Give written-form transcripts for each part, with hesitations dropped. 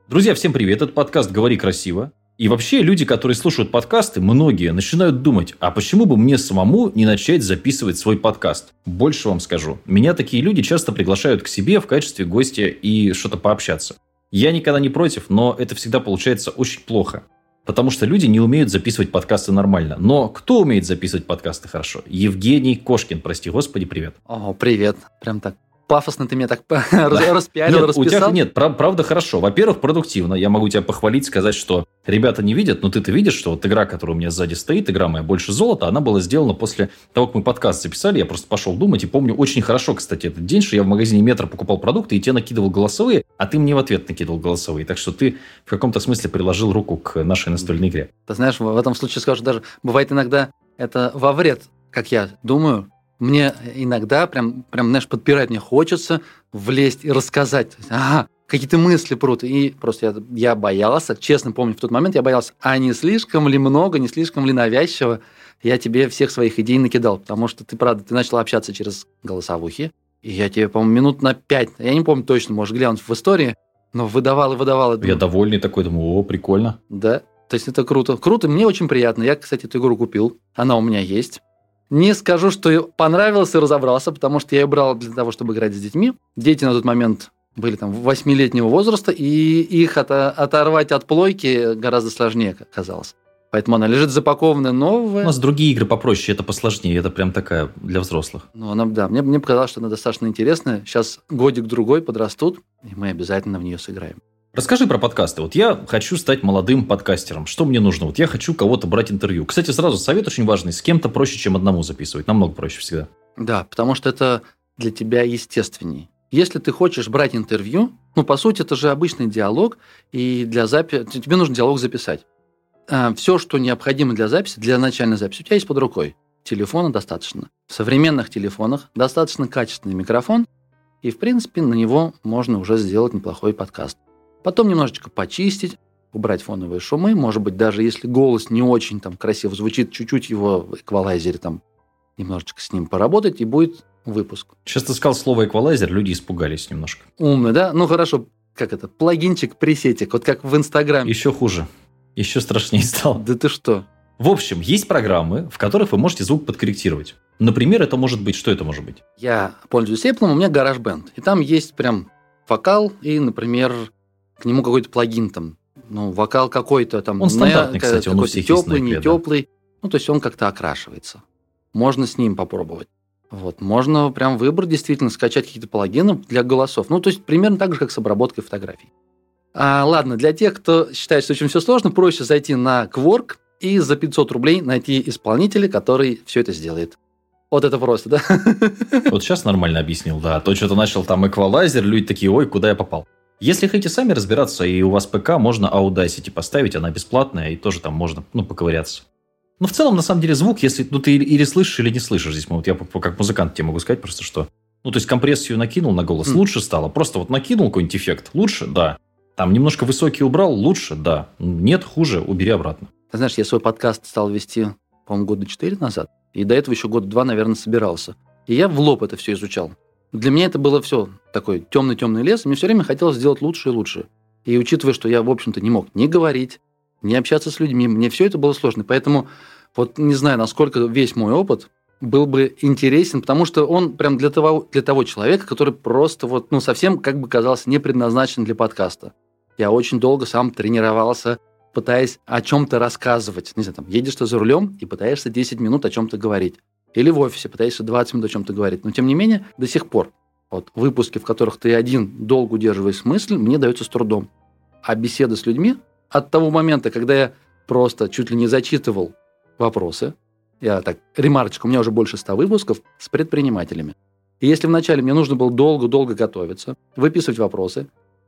Друзья, всем привет. Это подкаст «Говори красиво». И вообще люди, которые слушают подкасты, многие начинают думать, а почему бы мне самому не начать записывать свой подкаст? Больше вам скажу. Меня такие люди часто приглашают к себе в качестве гостя и что-то пообщаться. Я никогда не против, но это всегда получается очень плохо. Потому что люди не умеют записывать подкасты нормально. Но кто умеет записывать подкасты хорошо? Евгений Кошкин, прости господи, привет. О, привет. Прям так пафосно ты меня так распиарил, расписал. У тебя нет, правда хорошо. Во-первых, продуктивно. Я могу тебя похвалить, сказать, что ребята не видят, но ты-то видишь, что вот игра, которая у меня сзади стоит, игра моя «Больше золота», она была сделана после того, как мы подкаст записали. Я просто пошел думать и помню очень хорошо, кстати, этот день, что я в магазине «Метро» покупал продукты и тебе накидывал голосовые, а ты мне в ответ накидывал голосовые. Так что ты в каком-то смысле приложил руку к нашей настольной игре. Ты знаешь, в этом случае скажу, даже бывает иногда это во вред, как я думаю. Мне иногда прям, знаешь, подпирать мне хочется влезть и рассказать. Ага, какие-то мысли прут. И просто я боялся, честно помню, в тот момент я боялся, а не слишком ли много, не слишком ли навязчиво я тебе всех своих идей накидал. Потому что ты, правда, ты начал общаться через голосовухи. И я тебе, по-моему, минут на 5, я не помню точно, можешь глянуть в истории, но выдавал. Я довольный такой, думаю, о, прикольно. Да, то есть это круто. Круто, мне очень приятно. Я, кстати, эту игру купил, она у меня есть. Не скажу, что понравился и разобрался, потому что я ее брал для того, чтобы играть с детьми. Дети на тот момент были там 8-летнего возраста, и их оторвать от плойки гораздо сложнее оказалось. Поэтому она лежит запакованная, новая. У нас другие игры попроще, это посложнее, это прям такая для взрослых. Ну, она, да, мне показалось, что она достаточно интересная. Сейчас годик-другой подрастут, и мы обязательно в нее сыграем. Расскажи про подкасты. Вот я хочу стать молодым подкастером. Что мне нужно? Вот я хочу кого-то брать интервью. Кстати, сразу совет очень важный. С кем-то проще, чем одному записывать. Намного проще всегда. Да, потому что это для тебя естественней. Если ты хочешь брать интервью, по сути, это же обычный диалог, и для записи тебе нужно диалог записать. Все, что необходимо для записи, для начальной записи, у тебя есть под рукой. Телефона достаточно. В современных телефонах достаточно качественный микрофон, и, в принципе, на него можно уже сделать неплохой подкаст. Потом немножечко почистить, убрать фоновые шумы. Может быть, даже если голос не очень там красиво звучит, чуть-чуть его в эквалайзере там немножечко с ним поработать, и будет выпуск. Сейчас ты сказал слово эквалайзер, люди испугались немножко. Умно, да? Ну, хорошо. Как это? Плагинчик, пресетик. Вот как в Инстаграме. Еще хуже. Еще страшнее стало. Да ты что? В общем, есть программы, в которых вы можете звук подкорректировать. Например, это может быть... Что это может быть? Я пользуюсь Apple, у меня GarageBand. И там есть прям вокал и, например... к нему какой-то плагин там, вокал какой-то там. Он стандартный, кстати, он у всех теплый, есть не теплый. То есть он как-то окрашивается. Можно с ним попробовать. Вот. Можно прям выбрать, действительно, скачать какие-то плагины для голосов. То есть примерно так же, как с обработкой фотографий. Ладно, для тех, кто считает, что очень все сложно, проще зайти на Quark и за 500 рублей найти исполнителя, который все это сделает. Вот это просто, да? Вот сейчас нормально объяснил, да. То, что-то начал там эквалайзер, люди такие, ой, куда я попал? Если хотите сами разбираться, и у вас ПК, можно Audacity поставить, она бесплатная, и тоже там можно, поковыряться. Но в целом, на самом деле, звук, если ты или слышишь, или не слышишь здесь. Я как музыкант тебе могу сказать просто, что... то есть, компрессию накинул на голос, лучше стало. Просто накинул какой-нибудь эффект, лучше, да. Там немножко высокий убрал, лучше, да. Нет, хуже, убери обратно. Ты знаешь, я свой подкаст стал вести, по-моему, года 4 назад, и до этого еще года 2, наверное, собирался. И я в лоб это все изучал. Для меня это было все такой темный-темный лес, и мне все время хотелось сделать лучше и лучше. И учитывая, что я, в общем-то, не мог ни говорить, ни общаться с людьми, мне все это было сложно. Поэтому не знаю, насколько весь мой опыт был бы интересен, потому что он прям для того человека, который просто совсем, как бы казалось, не предназначен для подкаста. Я очень долго сам тренировался, пытаясь о чем-то рассказывать. Не знаю, едешь ты за рулем и пытаешься 10 минут о чем-то говорить. Или в офисе пытаешься 20 минут о чем-то говорить. Но, тем не менее, до сих пор выпуски, в которых ты один долго удерживаешь мысль, мне даются с трудом. А беседы с людьми от того момента, когда я просто чуть ли не зачитывал вопросы, ремарочка, у меня уже больше 100 выпусков с предпринимателями. И если вначале мне нужно было долго-долго готовиться, выписывать вопросы,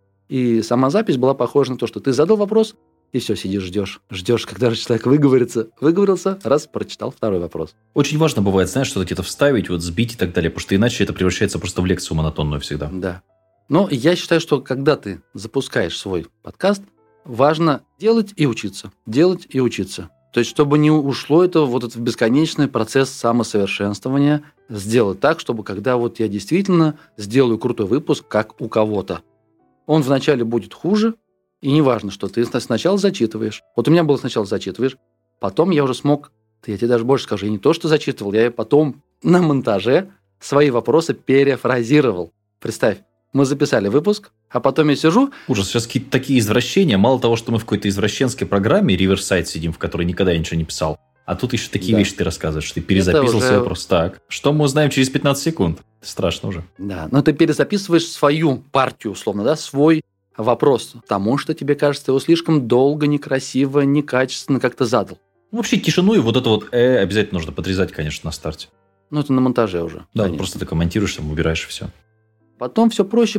и сама запись была похожа на то, что ты задал вопрос, и все, сидишь, ждешь, когда же человек выговорился, раз, прочитал второй вопрос. Очень важно бывает, знаешь, что-то где-то вставить, сбить и так далее, потому что иначе это превращается просто в лекцию монотонную всегда. Да. Но я считаю, что когда ты запускаешь свой подкаст, важно делать и учиться. То есть, чтобы не ушло это в бесконечный процесс самосовершенствования, сделать так, чтобы когда я действительно сделаю крутой выпуск, как у кого-то, он вначале будет хуже, И неважно, что ты сначала зачитываешь. Вот у меня было сначала зачитываешь, потом я уже смог, я тебе даже больше скажу, я не то, что зачитывал, я потом на монтаже свои вопросы перефразировал. Представь, мы записали выпуск, а потом я сижу... Ужас, сейчас какие-то такие извращения. Мало того, что мы в какой-то извращенской программе Riverside сидим, в которой никогда я ничего не писал, а тут еще такие вещи ты рассказываешь, что ты перезаписывал свой вопрос. Так, что мы узнаем через 15 секунд? Страшно уже. Да, но ты перезаписываешь свою партию, условно, да, свой вопрос, потому что тебе кажется, ты его слишком долго, некрасиво, некачественно как-то задал. Вообще тишину и вот это вот обязательно нужно подрезать, конечно, на старте. Ну, это на монтаже уже. Да, просто ты комментируешь, там, убираешь и все. Потом все проще,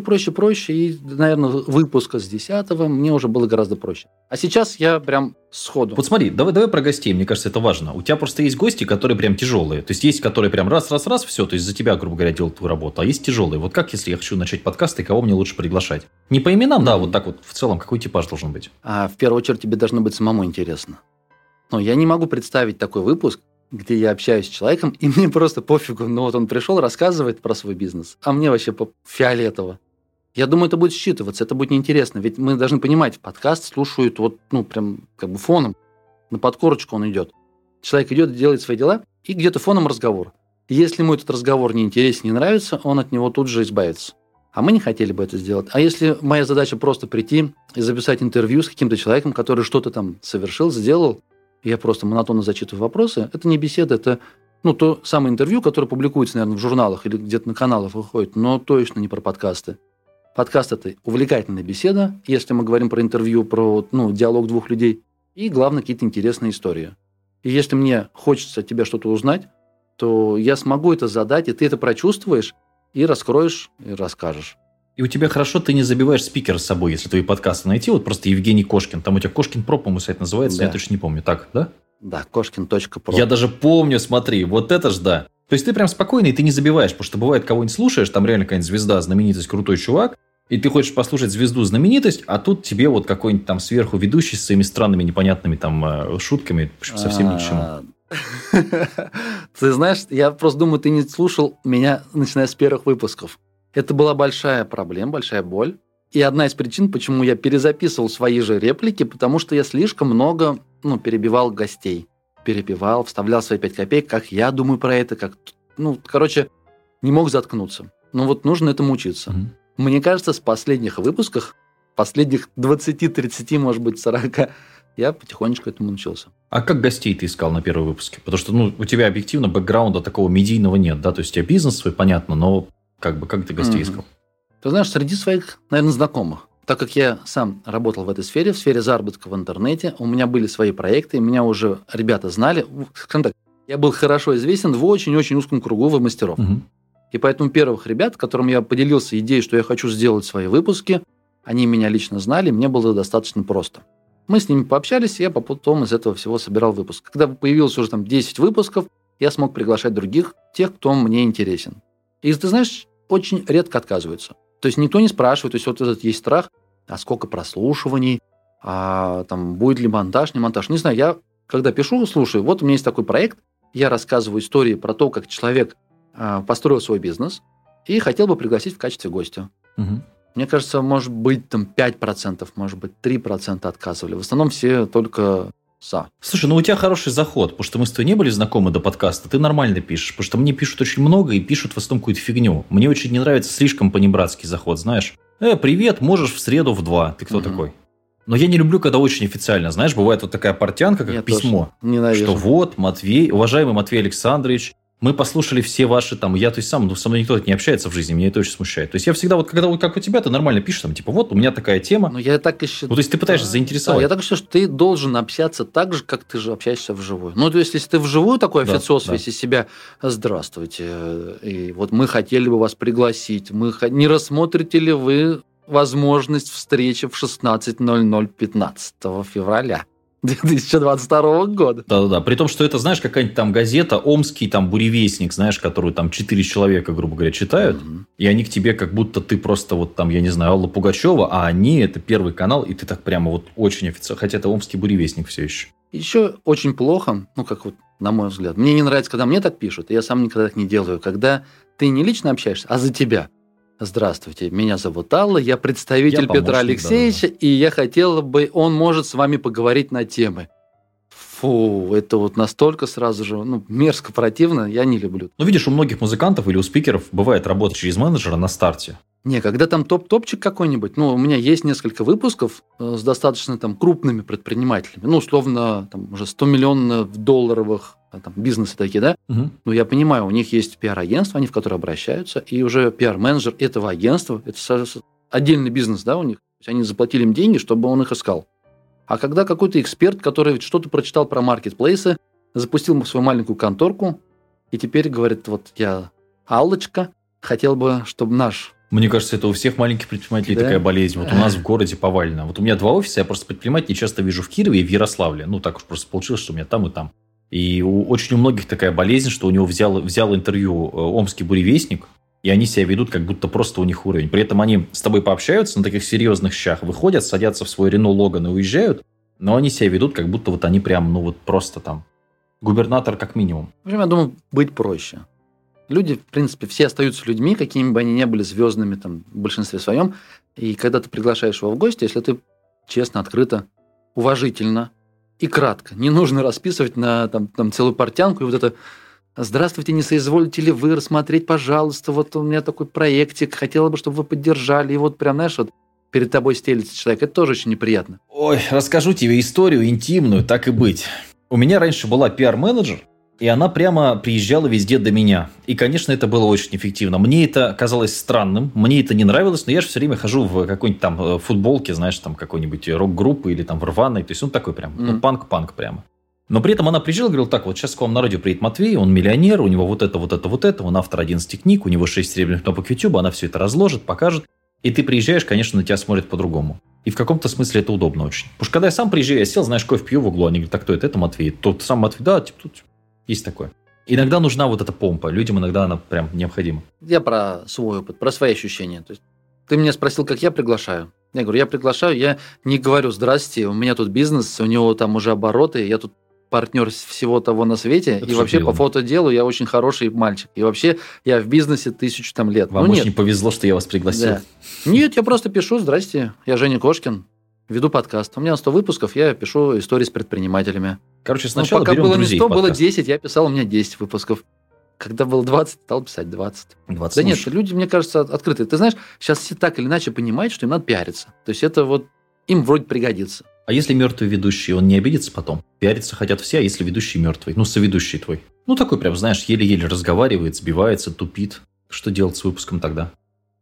и, наверное, выпуска с 10-го мне уже было гораздо проще. А сейчас я прям сходу. Вот смотри, давай про гостей, мне кажется, это важно. У тебя просто есть гости, которые прям тяжелые. То есть которые прям раз, все, то есть за тебя, грубо говоря, делают твою работу. А есть тяжелые. Вот как, если я хочу начать подкаст, и кого мне лучше приглашать? Не по именам, да, вот так вот в целом, какой типаж должен быть? В первую очередь тебе должно быть самому интересно. Но я не могу представить такой выпуск, где я общаюсь с человеком, и мне просто пофигу. Ну вот он пришел, рассказывает про свой бизнес, а мне вообще фиолетово. Я думаю, это будет считываться, это будет неинтересно. Ведь мы должны понимать, подкаст слушают вот, прям как бы фоном, на подкорочку он идет. Человек идет, делает свои дела, и где-то фоном разговор. И если ему этот разговор не интересен, не нравится, он от него тут же избавится. А мы не хотели бы это сделать. А если моя задача просто прийти и записать интервью с каким-то человеком, который что-то там совершил, сделал, я просто монотонно зачитываю вопросы. Это не беседа, это то самое интервью, которое публикуется, наверное, в журналах или где-то на каналах выходит, но точно не про подкасты. Подкаст – это увлекательная беседа, если мы говорим про интервью, про диалог двух людей, и, главное, какие-то интересные истории. И если мне хочется от тебя что-то узнать, то я смогу это задать, и ты это прочувствуешь, и раскроешь, и расскажешь. И у тебя хорошо, ты не забиваешь спикера с собой, если твои подкасты найти. Вот просто Евгений Кошкин. Там у тебя Кошкин Про, по-моему, сайт называется. Да. Я точно не помню. Так, да? Да, Кошкин.про. Я даже помню, смотри, вот это ж да. То есть ты прям спокойный, ты не забиваешь, потому что бывает, кого-нибудь слушаешь, там реально какая-нибудь звезда, знаменитость, крутой чувак, и ты хочешь послушать звезду, знаменитость, а тут тебе вот какой-нибудь там сверху ведущий с своими странными, непонятными там шутками, в общем, совсем ни к чему. Ты знаешь, я просто думаю, ты не слушал меня, начиная с первых выпусков. Это была большая проблема, большая боль. И одна из причин, почему я перезаписывал свои же реплики, потому что я слишком много перебивал гостей. Перебивал, вставлял свои 5 копеек, как я думаю про это, как... не мог заткнуться. Нужно этому учиться. Mm-hmm. Мне кажется, с последних выпусков, последних 20-30, может быть, 40, я потихонечку этому научился. А как гостей ты искал на первом выпуске? Потому что у тебя объективно бэкграунда такого медийного нет, да? То есть у тебя бизнес свой, понятно, но как ты гостей искал? Ты знаешь, среди своих, наверное, знакомых. Так как я сам работал в этой сфере, в сфере заработка в интернете, у меня были свои проекты, меня уже ребята знали. Скажем так, я был хорошо известен в очень-очень узком кругу веб-мастеров. Угу. И поэтому первых ребят, которым я поделился идеей, что я хочу сделать свои выпуски, они меня лично знали, мне было достаточно просто. Мы с ними пообщались, и я потом из этого всего собирал выпуск. Когда появилось уже 10 выпусков, я смог приглашать других, тех, кто мне интересен. И ты знаешь, очень редко отказываются. То есть никто не спрашивает, то есть вот этот есть страх, а сколько прослушиваний, а там будет ли монтаж, не монтаж. Не знаю, я когда пишу, слушаю, вот у меня есть такой проект, я рассказываю истории про то, как человек построил свой бизнес и хотел бы пригласить в качестве гостя. Угу. Мне кажется, может быть, 5%, может быть, 3% отказывали. В основном все только за. Слушай, у тебя хороший заход, потому что мы с тобой не были знакомы до подкаста, ты нормально пишешь, потому что мне пишут очень много и пишут в основном какую-то фигню. Мне очень не нравится слишком понебратский заход, знаешь. Привет, можешь в среду в 2. Ты кто такой? Но я не люблю, когда очень официально, знаешь, бывает вот такая портянка, как письмо. Ненавижу. Что вот, Матвей, уважаемый Матвей Александрович, мы послушали все ваши я, то есть сам, со мной никто не общается в жизни, меня это очень смущает. То есть я всегда когда как у тебя, ты нормально пишешь, вот у меня такая тема. Но я так и считаю. То есть ты пытаешься заинтересовать. Да, я так считаю, что ты должен общаться так же, как ты же общаешься вживую. То есть если ты вживую такой официоз весь из себя, здравствуйте, и вот мы хотели бы вас пригласить, не рассмотрите ли вы возможность встречи в 16:00 15 февраля 2022 года. Да-да-да. При том, что это, знаешь, какая-нибудь там газета, Омский там буревестник, знаешь, которую там 4 человека, грубо говоря, читают, и они к тебе как будто ты просто я не знаю, Алла Пугачева, а они это Первый канал, и ты так прямо очень официально, хотя это Омский буревестник все еще. Еще очень плохо, на мой взгляд, мне не нравится, когда мне так пишут, и я сам никогда так не делаю, когда ты не лично общаешься, а за тебя. Здравствуйте, меня зовут Алла, я представитель Я Петра помощник, Алексеевича, и я хотела бы, он может с вами поговорить на темы. Фу, это вот настолько сразу же, мерзко, противно, я не люблю. Ну, видишь, у многих музыкантов или у спикеров бывает работа через менеджера на старте. Не, когда там топ-топчик какой-нибудь, у меня есть несколько выпусков с достаточно там крупными предпринимателями, условно, там уже 100 миллионов долларовых там, бизнесы такие, да? Угу. Ну, я понимаю, у них есть пиар-агентство, они в которое обращаются, и уже пиар-менеджер этого агентства, это отдельный бизнес, да, у них. То есть они заплатили им деньги, чтобы он их искал. А когда какой-то эксперт, который что-то прочитал про маркетплейсы, запустил свою маленькую конторку, и теперь говорит, вот я, Аллочка, хотел бы, чтобы наш... Мне кажется, это у всех маленьких предпринимателей такая болезнь. Вот у нас в городе повально. Вот у меня 2 офиса, я просто предпринимателей часто вижу в Кирове и в Ярославле. Так уж просто получилось, что у меня там и там. И очень у многих такая болезнь, что у него взял интервью омский буревестник, и они себя ведут, как будто просто у них уровень. При этом они с тобой пообщаются на таких серьезных щах, выходят, садятся в свой Рено Логан и уезжают, но они себя ведут, как будто вот они прям, просто там губернатор как минимум. В общем, я думаю, быть проще. Люди, в принципе, все остаются людьми, какими бы они ни были звездными там, в большинстве своем. И когда ты приглашаешь его в гости, если ты честно, открыто, уважительно и кратко, не нужно расписывать на там целую портянку и вот это «Здравствуйте, не соизволите ли вы рассмотреть, пожалуйста, вот у меня такой проектик, хотела бы, чтобы вы поддержали». И вот прям, знаешь, вот перед тобой стелится человек. Это тоже очень неприятно. Ой, расскажу тебе историю интимную, так и быть. У меня раньше была пиар-менеджер, и она прямо приезжала везде до меня. И, конечно, это было очень эффективно. Мне это казалось странным, мне это не нравилось, но я же все время хожу в какой-нибудь там футболке, знаешь, там какой-нибудь рок-группы или там в рваной. То есть он такой прям, панк-панк прямо. Но при этом она приезжала и говорила, так, вот сейчас к вам на радио приедет Матвей, он миллионер, у него вот это, он автор 11 книг, у него 6 серебряных кнопок YouTube, она все это разложит, покажет. И ты приезжаешь, конечно, на тебя смотрят по-другому. И в каком-то смысле это удобно очень. Потому что когда я сам приезжаю, я сел, знаешь, кофе пью в углу, они говорят, так кто это? Это Матвей. Тот сам Матвей, да, типа тут есть такое. Иногда нужна вот эта помпа, людям иногда она прям необходима. Я про свой опыт, про свои ощущения. То есть ты меня спросил, как я приглашаю. Я говорю, я приглашаю, я не говорю, здрасте, у меня тут бизнес, у него там уже обороты, я тут партнер всего того на свете, это и вообще по фотоделу я очень хороший мальчик. И вообще я в бизнесе 1000 там лет. Вам очень повезло, что я вас пригласил. Да. Нет, я просто пишу, здрасте, я Женя Кошкин, веду подкаст. У меня 100 выпусков, я пишу истории с предпринимателями. Короче, сначала пока берем было друзей не 100, в было подкаст. 10, я писал, у меня 10 выпусков. Когда было 20, стал писать 20. 20 да лучше. нет, люди, мне кажется, открытые. Ты знаешь, сейчас все так или иначе понимают, что им надо пиариться. То есть это вот им вроде пригодится. А если мертвый ведущий, он не обидится потом? Пиариться хотят все, а если ведущий мертвый? Соведущий твой. Такой прям, знаешь, еле-еле разговаривает, сбивается, тупит. Что делать с выпуском тогда?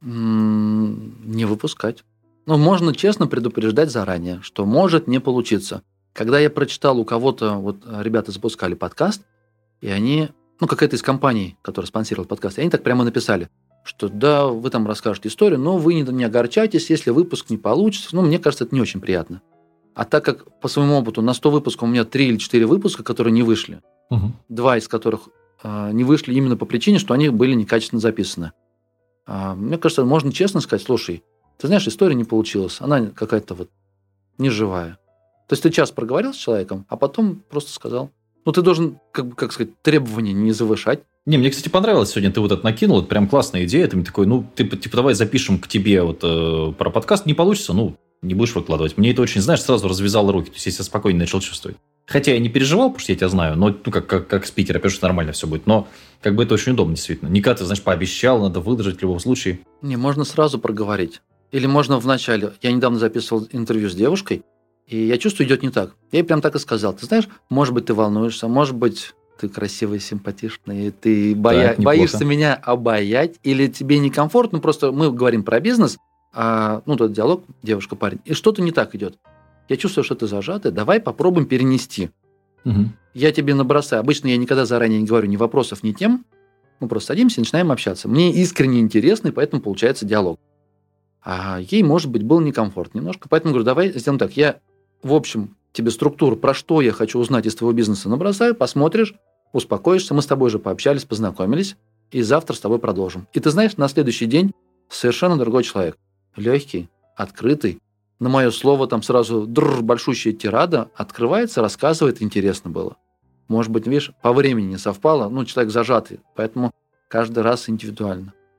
Не выпускать. Можно честно предупреждать заранее, что может не получиться. Когда я прочитал у кого-то, вот ребята запускали подкаст, и они, какая-то из компаний, которая спонсировала подкаст, и они так прямо написали, что да, вы там расскажете историю, но вы не огорчайтесь, если выпуск не получится. Мне кажется, это не очень приятно. А так как по своему опыту на 100 выпусков у меня 3 или 4 выпуска, которые не вышли, 2 из которых не вышли именно по причине, что они были некачественно записаны. Мне кажется, можно честно сказать, слушай, ты знаешь, история не получилась, она какая-то вот неживая. То есть ты час проговорил с человеком, а потом просто сказал. Ты должен, как сказать, требования не завышать. Мне, кстати, понравилось сегодня, ты вот это накинул, это прям классная идея, ты мне такой, давай запишем к тебе вот про подкаст, не получится, не будешь выкладывать. Мне это очень, знаешь, сразу развязало руки, то есть я себя спокойно начал чувствовать. Хотя я не переживал, потому что я тебя знаю, но как спикер, опять же, нормально все будет, но это очень удобно, действительно. Не когда ты, знаешь, пообещал, надо выдержать в любом случае. Можно сразу проговорить. Или можно вначале. Я недавно записывал интервью с девушкой, и я чувствую, идет не так. Я ей прям так и сказал. Ты знаешь, может быть, ты волнуешься, может быть, ты красивый, симпатичный, ты боишься меня обаять, или тебе некомфортно, просто мы говорим про бизнес, тот диалог, девушка-парень, и что-то не так идет. Я чувствую, что ты зажатый, давай попробуем перенести. Я тебе набросаю. Обычно я никогда заранее не говорю ни вопросов, ни тем. Мы просто садимся и начинаем общаться. Мне искренне интересно, и поэтому получается диалог. А ей, может быть, было некомфортно немножко. Поэтому говорю, давай сделаем так. Я, в общем, тебе структуру, про что я хочу узнать из твоего бизнеса, набросаю, посмотришь, успокоишься. Мы с тобой уже пообщались, познакомились, и завтра с тобой продолжим. И ты знаешь, на следующий день совершенно другой человек. Легкий, открытый. На мое слово там сразу большущая тирада открывается, рассказывает, интересно было. Может быть, видишь, по времени не совпало, человек зажатый, поэтому каждый раз индивидуально.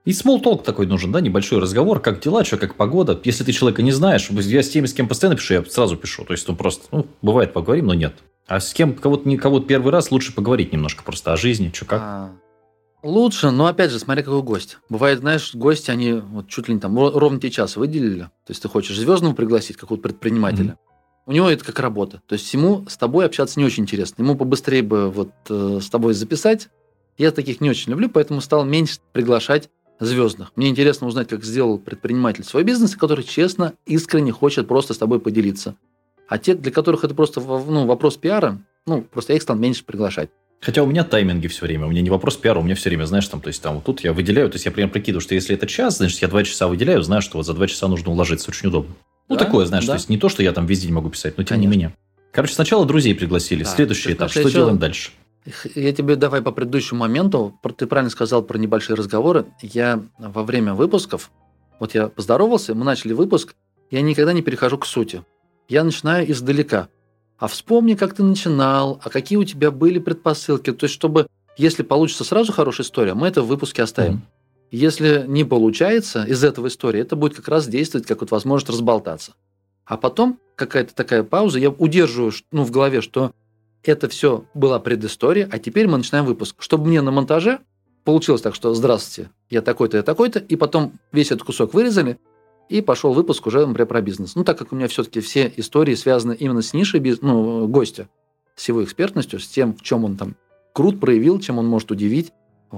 И small talk такой нужен, да, небольшой разговор, как дела, что, как погода. Если ты человека не знаешь, я с теми, с кем постоянно пишу, я сразу пишу. То есть, просто, бывает, поговорим, но нет. А с кем кого-то первый раз лучше поговорить немножко просто о жизни, что как. Лучше, но опять же, смотри, какой гость. Бывает, знаешь, гости, они вот чуть ли не там ровно тебе час выделили. То есть, ты хочешь Звездного пригласить, какого-то предпринимателя. У него это как работа. То есть, ему с тобой общаться не очень интересно. Ему побыстрее бы с тобой записать. Я таких не очень люблю, поэтому стал меньше приглашать звездных. Мне интересно узнать, как сделал предприниматель свой бизнес, который честно, искренне хочет просто с тобой поделиться. А те, для которых это просто вопрос пиара, просто я их стал меньше приглашать. Хотя у меня тайминги все время. У меня не вопрос пиара, у меня все время, знаешь, то есть вот тут я выделяю, то есть я примерно прикидываю, что если это час, значит, я 2 часа выделяю, знаю, что вот за 2 часа нужно уложиться, очень удобно. Такое, знаешь, то есть не то, что я там весь день могу писать, но тем не менее. Короче, сначала друзей пригласили, следующий этап, что делаем дальше? Я тебе давай по предыдущему моменту, ты правильно сказал про небольшие разговоры. Я во время выпусков, вот я поздоровался, мы начали выпуск, я никогда не перехожу к сути. Я начинаю издалека. А вспомни, как ты начинал, а какие у тебя были предпосылки. То есть, чтобы, если получится сразу хорошая история, мы это в выпуске оставим. Если не получается из этого истории, это будет как раз действовать как возможность разболтаться. А потом какая-то такая пауза, я удерживаю в голове, что это все была предыстория, а теперь мы начинаем выпуск. Чтобы мне на монтаже получилось так, что здравствуйте, я такой-то, и потом весь этот кусок вырезали, и пошел выпуск уже, например, про бизнес. Так как у меня все-таки все истории связаны именно с нишей гостя, с его экспертностью, с тем, в чем он там крут проявил, чем он может удивить,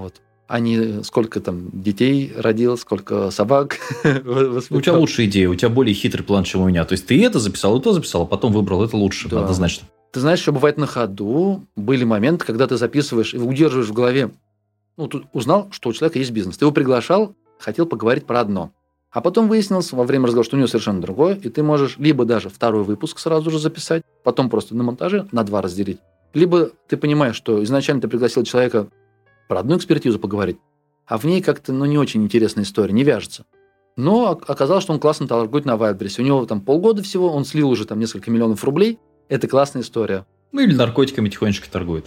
а не сколько там детей родил, сколько собак воспитал. У тебя лучшая идея, у тебя более хитрый план, чем у меня. То есть, ты это записал, и то записал, а потом выбрал это лучше, однозначно. Ты знаешь, что бывает на ходу. Были моменты, когда ты записываешь и удерживаешь в голове. Ты узнал, что у человека есть бизнес. Ты его приглашал, хотел поговорить про одно. А потом выяснилось во время разговора, что у него совершенно другое. И ты можешь либо даже второй выпуск сразу же записать, потом просто на монтаже на 2 разделить. Либо ты понимаешь, что изначально ты пригласил человека про одну экспертизу поговорить, а в ней как-то не очень интересная история, не вяжется. Но оказалось, что он классно торгует на Wildberries. У него там полгода всего, он слил уже там несколько миллионов рублей. Это классная история. Или наркотиками тихонечко торгует.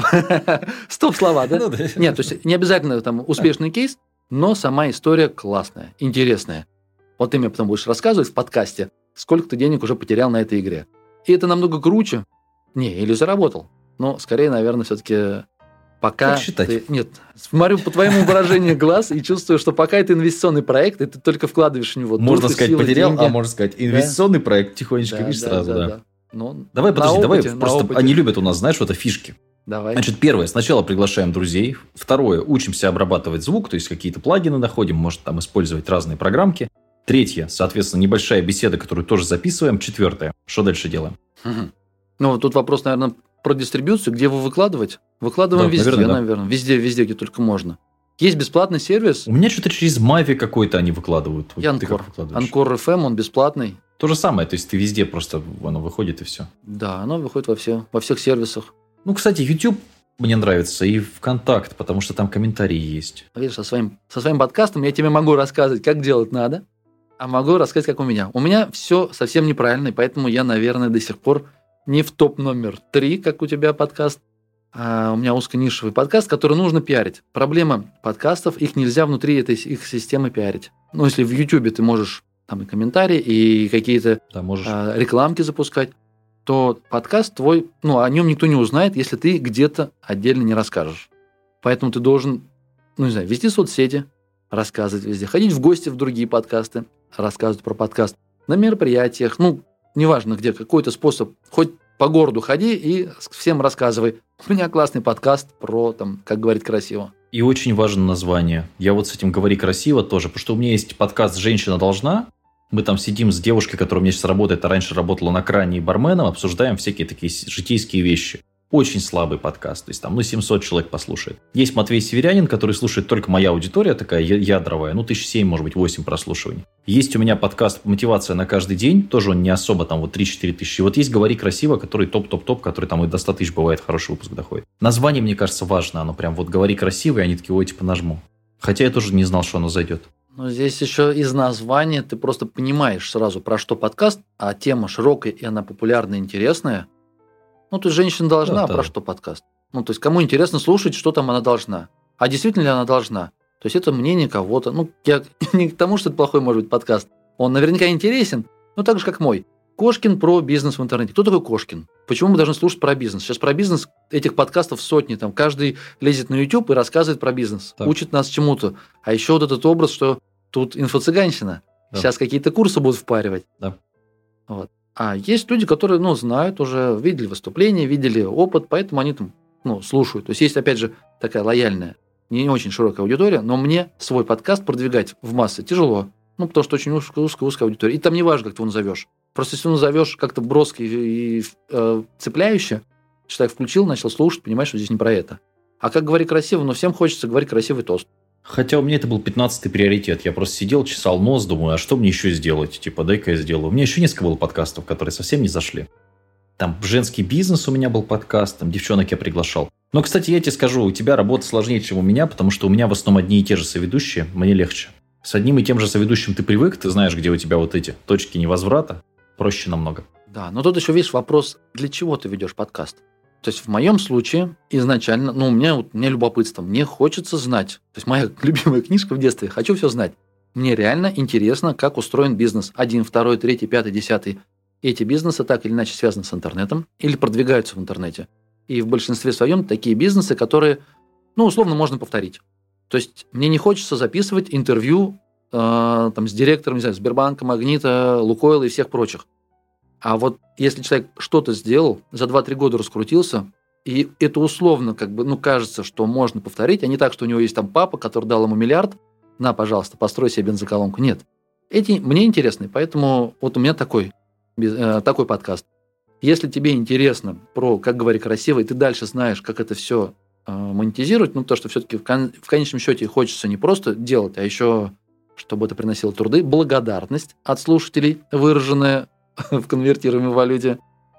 Стоп слова, да? Нет, то есть не обязательно там успешный кейс, но сама история классная, интересная. Вот ты мне потом будешь рассказывать в подкасте, сколько ты денег уже потерял на этой игре. И это намного круче. Или заработал. Но скорее, наверное, все-таки пока... Как считать? Нет, смотрю по твоему выражению глаз и чувствую, что пока это инвестиционный проект, и ты только вкладываешь в него душу, можно сказать, силы, потерял, деньги. А можно сказать, инвестиционный проект тихонечко, видишь, сразу, да. Давай, подожди, просто они любят у нас, знаешь, это фишки. Давай. Значит, первое, сначала приглашаем друзей. Второе, учимся обрабатывать звук, то есть какие-то плагины находим, может там использовать разные программки. Третье, соответственно, небольшая беседа, которую тоже записываем. Четвертое, что дальше делаем? Тут вопрос, наверное, про дистрибьюцию, где его выкладывать. Выкладываем везде, наверное. Везде, где только можно. Есть бесплатный сервис. У меня что-то через Mavi какой-то они выкладывают. Анкор FM, он бесплатный. То же самое, то есть ты везде просто оно выходит и все. Да, оно выходит во всех сервисах. Кстати, YouTube мне нравится и ВКонтакт, потому что там комментарии есть. Видишь, со своим подкастом я тебе могу рассказывать, как делать надо, а могу рассказать, как у меня. У меня все совсем неправильно, и поэтому я, наверное, до сих пор не в топ номер 3, как у тебя подкаст. А у меня узконишевый подкаст, который нужно пиарить. Проблема подкастов, их нельзя внутри этой их системы пиарить. Если в YouTube ты можешь там и комментарии, и какие-то рекламки запускать, то подкаст твой, о нем никто не узнает, если ты где-то отдельно не расскажешь. Поэтому ты должен, вести соцсети, рассказывать везде, ходить в гости в другие подкасты, рассказывать про подкаст на мероприятиях, неважно где, какой-то способ, хоть по городу ходи и всем рассказывай. У меня классный подкаст про, как говорить красиво. И очень важно название. Я с этим «Говори красиво» тоже, потому что у меня есть подкаст «Женщина должна». Мы там сидим с девушкой, которая у меня сейчас работает, а раньше работала на кране и барменом, обсуждаем всякие такие житейские вещи. Очень слабый подкаст, то есть там 700 человек послушает. Есть Матвей Северянин, который слушает только моя аудитория, такая ядровая, 1007, может быть, 8 прослушиваний. Есть у меня подкаст «Мотивация на каждый день», тоже он не особо, 3-4 тысячи. Есть «Говори красиво», который топ-топ-топ, который там и до 100 тысяч бывает, хороший выпуск доходит. Название, мне кажется, важно, оно прям «Говори красиво», и они такие, нажму. Хотя я тоже не знал, что оно зайдет. Здесь еще из названия ты просто понимаешь сразу, про что подкаст, а тема широкая, и она популярная, интересная. То есть женщина должна, про что подкаст? То есть кому интересно слушать, что там она должна. А действительно ли она должна? То есть это мнение кого-то. Ну, я не к тому, что это плохой, может быть, подкаст. Он наверняка интересен, но так же, как мой. Кошкин про бизнес в интернете. Кто такой Кошкин? Почему мы должны слушать про бизнес? Сейчас про бизнес этих подкастов сотни. Там каждый лезет на YouTube и рассказывает про бизнес. Так. Учит нас чему-то. А еще вот этот образ, что тут инфо-цыганщина. Да. Сейчас какие-то курсы будут впаривать. Да. Вот. А есть люди, которые, знают уже, видели выступления, видели опыт, поэтому они там, слушают. То есть есть, опять же, такая лояльная, не очень широкая аудитория, но мне свой подкаст продвигать в массы тяжело. Потому что очень узкая аудитория. И там не важно, как ты его назовешь. Просто если назовешь как-то броско и цепляюще, человек включил, начал слушать, понимаешь, что здесь не про это. А как говорить красиво, всем хочется говорить красивый тост. Хотя у меня это был 15-й приоритет. Я просто сидел, чесал нос, думаю, а что мне еще сделать? Типа, дай-ка я сделаю. У меня еще несколько было подкастов, которые совсем не зашли. Там женский бизнес у меня был подкаст, там девчонок я приглашал. Но, кстати, я тебе скажу, у тебя работа сложнее, чем у меня, потому что у меня в основном одни и те же соведущие, мне легче. С одним и тем же соведущим ты привык, ты знаешь, где у тебя вот эти точки невозврата, проще намного. Да, но тут еще, видишь, вопрос, для чего ты ведешь подкаст? То есть в моем случае изначально, у меня любопытство, мне хочется знать. То есть моя любимая книжка в детстве «Хочу все знать». Мне реально интересно, как устроен бизнес. 1, 2, 3, 5, 10. Эти бизнесы так или иначе связаны с интернетом или продвигаются в интернете. И в большинстве своем такие бизнесы, которые, условно, можно повторить. То есть мне не хочется записывать интервью с директором, не знаю, Сбербанка, Магнита, Лукойла и всех прочих. А вот если человек что-то сделал, за 2-3 года раскрутился, и это условно кажется, что можно повторить, а не так, что у него есть там папа, который дал ему миллиард, на, пожалуйста, построй себе бензоколонку. Нет. Эти мне интересны, поэтому вот у меня такой подкаст. Если тебе интересно про «Как говорить красиво», и ты дальше знаешь, как это все монетизировать, то, что все-таки в конечном счете хочется не просто делать, а еще, чтобы это приносило труды, благодарность от слушателей, выраженная в конвертируемой валюте,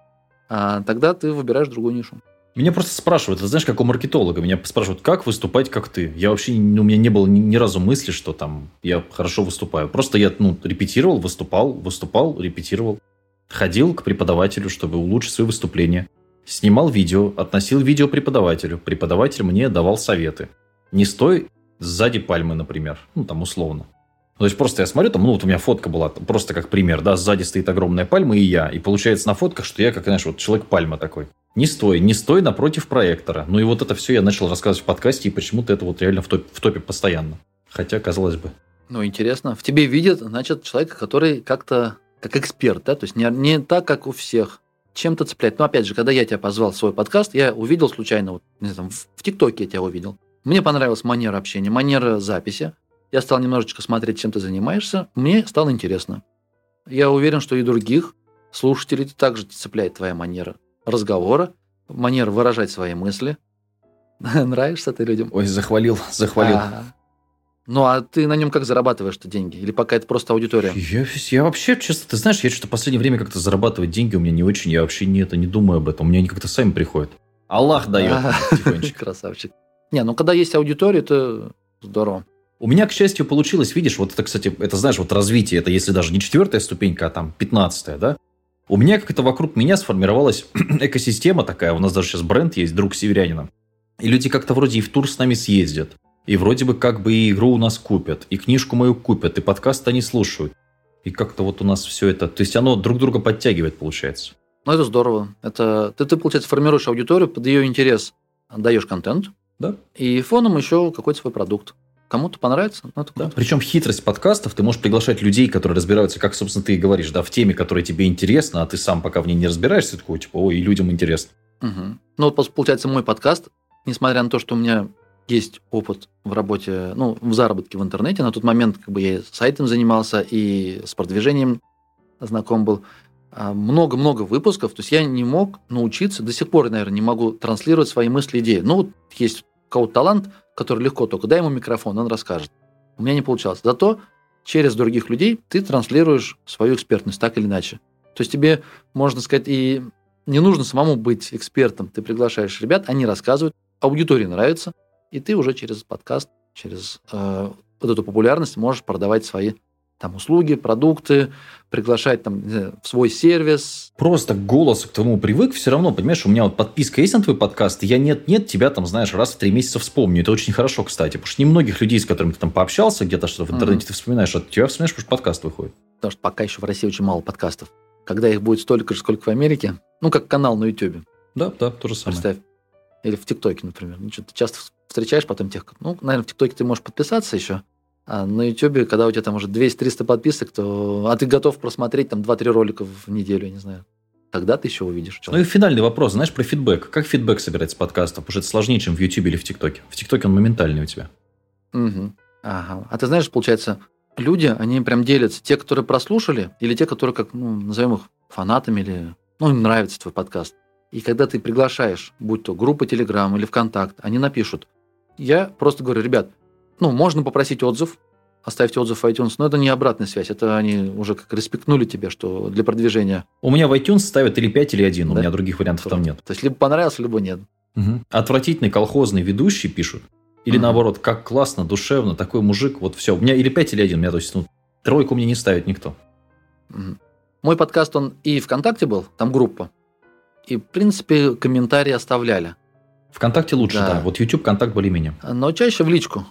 тогда ты выбираешь другую нишу. Меня просто спрашивают, ты знаешь, как у маркетолога, меня спрашивают, как выступать, как ты. Я вообще, у меня не было ни разу мысли, что там я хорошо выступаю. Просто я репетировал, выступал, репетировал. Ходил к преподавателю, чтобы улучшить свои выступления. Снимал видео, относил видео преподавателю. Преподаватель мне давал советы. Не стой сзади пальмы, например. Там условно. То есть просто я смотрю, там, вот у меня фотка была, просто как пример, да, сзади стоит огромная пальма и я. И получается на фотках, что я, как, знаешь, вот человек-пальма такой. Не стой напротив проектора. И вот это все я начал рассказывать в подкасте, и почему-то это вот реально в топе постоянно. Хотя, казалось бы. Интересно. В тебе видят, значит, человека, который как-то как эксперт, да, то есть не так, как у всех, чем-то цеплять. Но опять же, когда я тебя позвал в свой подкаст, я увидел случайно, в ТикТоке я тебя увидел. Мне понравилась манера общения, манера записи. Я стал немножечко смотреть, чем ты занимаешься. Мне стало интересно. Я уверен, что и других слушателей также цепляет твоя манера разговора, манера выражать свои мысли. Нравишься ты людям? Ой, захвалил. А ты на нем как зарабатываешь-то деньги? Или пока это просто аудитория? Я вообще, честно, ты знаешь, я что-то в последнее время как-то зарабатывать деньги у меня не очень. Я вообще не думаю об этом. У меня они как-то сами приходят. Аллах дает тихонечко. Красавчик. Когда есть аудитория, это здорово. У меня, к счастью, получилось, видишь, вот это, кстати, это, знаешь, вот развитие, это если даже не 4-я ступенька, а там 15-я, да? У меня как-то вокруг меня сформировалась экосистема такая, у нас даже сейчас бренд есть, друг северянина. И люди как-то вроде и в тур с нами съездят, и вроде бы как бы и игру у нас купят, и книжку мою купят, и подкаст они слушают. И как-то вот у нас все это, то есть оно друг друга подтягивает, получается. Это здорово. Это ты, получается, формируешь аудиторию, под ее интерес даешь контент, да? И фоном еще какой-то свой продукт. Кому-то понравится, но это да. Причем хитрость подкастов, ты можешь приглашать людей, которые разбираются, как, собственно, ты и говоришь, да, в теме, которая тебе интересна, а ты сам пока в ней не разбираешься, такой, типа, ой, и людям интересно. Вот, получается, мой подкаст, несмотря на то, что у меня есть опыт в работе, в заработке в интернете, на тот момент я и сайтом занимался, и с продвижением знаком был, много-много выпусков, то есть я не мог научиться, до сих пор, наверное, не могу транслировать свои мысли, идеи. Есть у кого-то талант, который легко, только дай ему микрофон, он расскажет. У меня не получалось. Зато через других людей ты транслируешь свою экспертность так или иначе. То есть тебе, можно сказать, и не нужно самому быть экспертом. Ты приглашаешь ребят, они рассказывают, аудитории нравится, и ты уже через подкаст, через вот эту популярность можешь продавать свои там услуги, продукты, приглашать там в свой сервис. Просто голос к тому привык, все равно, понимаешь, у меня вот подписка есть на твой подкаст, и я нет-нет, тебя там, знаешь, раз в 3 месяца вспомню. Это очень хорошо, кстати, потому что немногих людей, с которыми ты там пообщался, где-то что-то в интернете ты вспоминаешь, от тебя вспоминаешь, потому что подкаст выходит. Потому что пока еще в России очень мало подкастов. Когда их будет столько же, сколько в Америке, как канал на YouTube. Да, то же самое. Представь. Или в ТикТоке, например. Что ты часто встречаешь потом тех... наверное, в ТикТоке ты можешь подписаться еще, а на Ютубе, когда у тебя там уже 200-300 подписок, а ты готов просмотреть там 2-3 ролика в неделю, я не знаю. Тогда ты еще увидишь человека. И финальный вопрос, знаешь, про фидбэк. Как фидбэк собирать с подкастов? Потому что это сложнее, чем в Ютубе или в ТикТоке. В ТикТоке он моментальный у тебя. Угу. Ага. А ты знаешь, получается, люди, они прям делятся. Те, которые прослушали, или те, которые, как, назовем их фанатами, или им нравится твой подкаст. И когда ты приглашаешь, будь то группа Telegram или ВКонтакт, они напишут. Я просто говорю, ребят, можно попросить отзыв, оставьте отзыв в iTunes, но это не обратная связь, это они уже как респектнули тебе, что для продвижения. У меня в iTunes ставят или 5, или 1, да? У меня других вариантов там нет. То есть, либо понравился, либо нет. Угу. Отвратительный колхозный ведущий пишут, или наоборот, как классно, душевно, такой мужик, вот все. У меня или 5, или 1, у меня, то есть, 3 мне не ставит никто. Угу. Мой подкаст, он и ВКонтакте был, там группа, и, в принципе, комментарии оставляли. ВКонтакте лучше, да. Вот YouTube, Контакт более-менее. Но чаще в личку.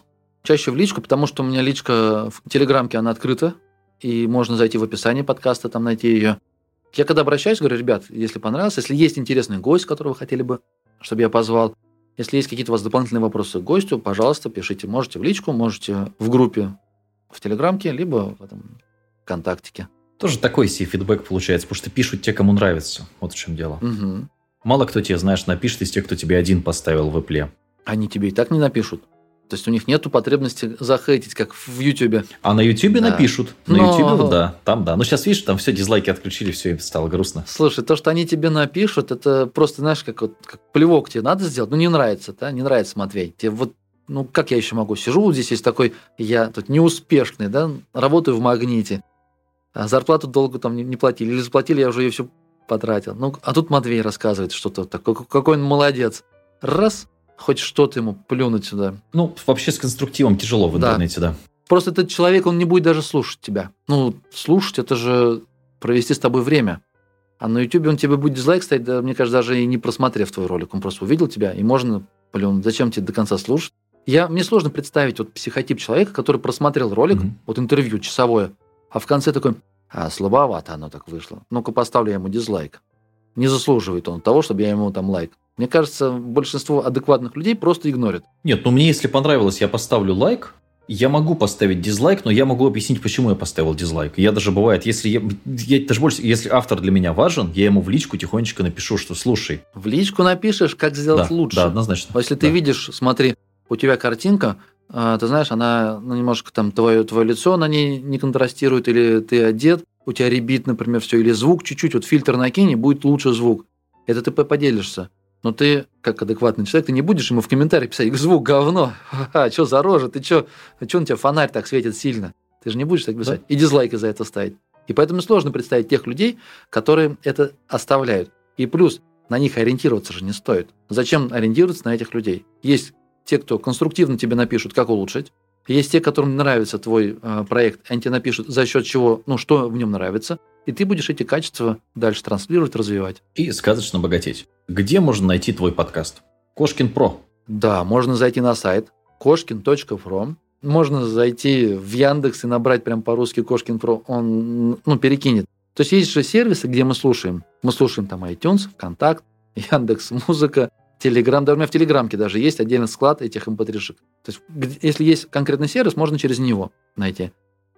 Потому что у меня личка в Телеграмке, она открыта, и можно зайти в описание подкаста, там найти ее. Я когда обращаюсь, говорю, ребят, если понравилось, если есть интересный гость, которого вы хотели бы, чтобы я позвал, если есть какие-то у вас дополнительные вопросы к гостю, пожалуйста, пишите. Можете в личку, можете в группе в Телеграмке, либо в этом ВКонтактике. Тоже такой себе фидбэк получается, потому что пишут те, кому нравится. Вот в чем дело. Угу. Мало кто тебе, знаешь, напишет из тех, кто тебе один поставил в эпле. Они тебе и так не напишут. То есть у них нету потребности захейтить, как в Ютубе. А на Ютубе напишут. На Ютубе, да, там да. Но сейчас, видишь, там все дизлайки отключили, все, им стало грустно. Слушай, то, что они тебе напишут, это просто, знаешь, как плевок тебе надо сделать. Не нравится, да? Не нравится, Матвей. Тебе как я еще могу? Сижу, вот здесь есть такой, я тут неуспешный, да, работаю в Магните, а зарплату долго там не платили. Или заплатили, я уже ее все потратил. А тут Матвей рассказывает что-то такое, какой он молодец. Раз, хоть что-то ему плюнуть сюда. Вообще с конструктивом тяжело в интернете, да. Просто этот человек, он не будет даже слушать тебя. Слушать – это же провести с тобой время. А на Ютубе он тебе будет дизлайк ставить, да, мне кажется, даже и не просмотрев твой ролик. Он просто увидел тебя, и можно плюнуть. Зачем тебе до конца слушать? Мне сложно представить психотип человека, который просмотрел ролик, интервью часовое, а в конце такой, слабовато оно так вышло. Ну-ка поставлю я ему дизлайк. Не заслуживает он того, чтобы я ему там лайк. Мне кажется, большинство адекватных людей просто игнорят. Нет, мне если понравилось, я поставлю лайк. Я могу поставить дизлайк, но я могу объяснить, почему я поставил дизлайк. Я даже бывает, если автор для меня важен, я ему в личку тихонечко напишу, что слушай. В личку напишешь, как сделать лучше. Да, однозначно. Если ты видишь, смотри, у тебя картинка, ты знаешь, она немножко там твое лицо на ней не контрастирует, или ты одет, у тебя ребит, например, все, или звук чуть-чуть, фильтр накинь, и будет лучше звук. Это ты поделишься. Но ты, как адекватный человек, ты не будешь ему в комментариях писать, звук говно, что за рожа, ты что на тебя фонарь так светит сильно? Ты же не будешь так писать. Да. И дизлайки за это ставить. И поэтому сложно представить тех людей, которые это оставляют. И плюс, на них ориентироваться же не стоит. Зачем ориентироваться на этих людей? Есть те, кто конструктивно тебе напишут, как улучшить. Есть те, которым нравится твой проект, они тебе напишут, за счет чего, что в нем нравится. И ты будешь эти качества дальше транслировать, развивать. И сказочно богатеть. Где можно найти твой подкаст? Кошкин Про. Да, можно зайти на сайт koshkin.pro. Можно зайти в Яндекс и набрать прям по-русски Кошкин Про. Он перекинет. То есть же сервисы, где мы слушаем. Мы слушаем там iTunes, ВКонтакт, Яндекс.Музыка, Телеграм. Даже у меня в Телеграмке даже есть отдельный склад этих mp3-шек. То есть, если есть конкретный сервис, можно через него найти.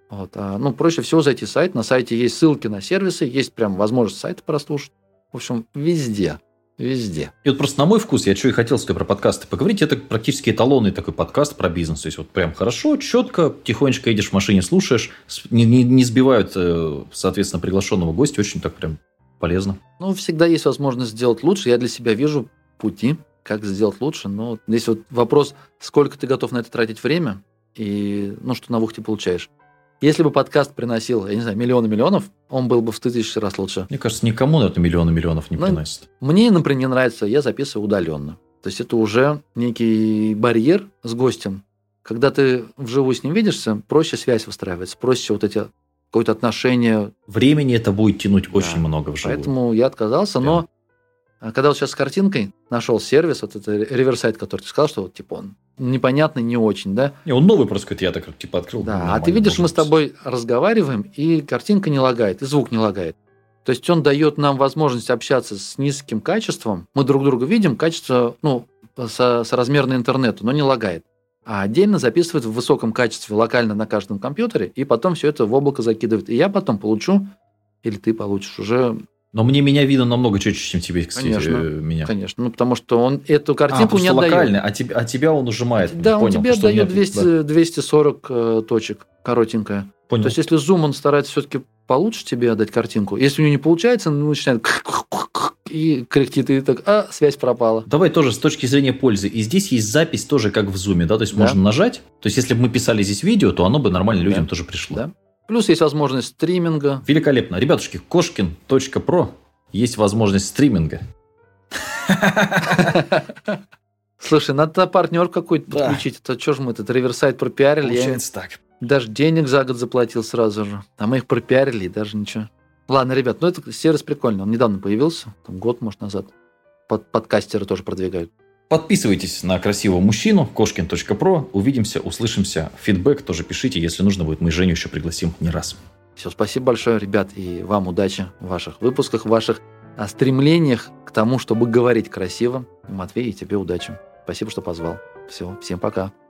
Проще всего зайти в сайт. На сайте есть ссылки на сервисы, есть прям возможность сайта прослушать. В общем, везде. Везде. И просто на мой вкус, я что и хотел с тобой про подкасты поговорить, это практически эталонный такой подкаст про бизнес. То есть, прям хорошо, четко, тихонечко едешь в машине, слушаешь, не сбивают, соответственно, приглашенного гостя. Очень так прям полезно. Всегда есть возможность сделать лучше. Я для себя вижу пути, как сделать лучше. Но здесь вопрос, сколько ты готов на это тратить время и что навух ты получаешь. Если бы подкаст приносил, я не знаю, миллионы миллионов, он был бы в 100 000 раз лучше. Мне кажется, никому это миллионы миллионов не приносит. Мне, например, нравится, я записываю удаленно. То есть это уже некий барьер с гостем. Когда ты вживую с ним видишься, проще связь выстраивается, проще эти какое-то отношение. Времени это будет тянуть очень много вживую. Поэтому я отказался, но когда вот сейчас с картинкой нашел сервис, вот это реверсайт, который ты сказал, что вот, типа он непонятный, не очень, да? Не, он новый просто какой-то, я так типа открыл. Да, а ты видишь, мы с тобой разговариваем, и картинка не лагает, и звук не лагает. То есть он дает нам возможность общаться с низким качеством. Мы друг друга видим, качество, соразмерно интернету, но не лагает. А отдельно записывает в высоком качестве локально на каждом компьютере, и потом все это в облако закидывает. И я потом получу, или ты получишь уже... Но мне меня видно намного четче, чем тебе, кстати, Конечно, меня. Конечно, потому что он эту картинку не отдает. Локальный, а тебя он ужимает. Да, Понял, он тебе отдает 240 точек, коротенькая. Понял. То есть, если зум, он старается все-таки получше тебе отдать картинку. Если у него не получается, он начинает и кряхтит, и так, связь пропала. Давай тоже с точки зрения пользы. И здесь есть запись тоже как в зуме, да? То есть, можно нажать. То есть, если бы мы писали здесь видео, то оно бы нормально людям тоже пришло. Да. Плюс есть возможность стриминга. Великолепно. Ребятушки, Кошкин.про есть возможность стриминга. Слушай, надо партнер какой-то подключить. Это что же мы этот реверсайт пропиарили? Получается так. Даже денег за год заплатил сразу же. А мы их пропиарили, и даже ничего. Ладно, ребят, это сервис прикольный. Он недавно появился, там год, может, назад. Подкастеры тоже продвигают. Подписывайтесь на красивого мужчину, Кошкин.про. Увидимся, услышимся. Фидбэк тоже пишите, если нужно будет. Мы Женю еще пригласим не раз. Все, спасибо большое, ребят, и вам удачи в ваших выпусках, в ваших стремлениях к тому, чтобы говорить красиво. Матвей, и тебе удачи. Спасибо, что позвал. Все, всем пока.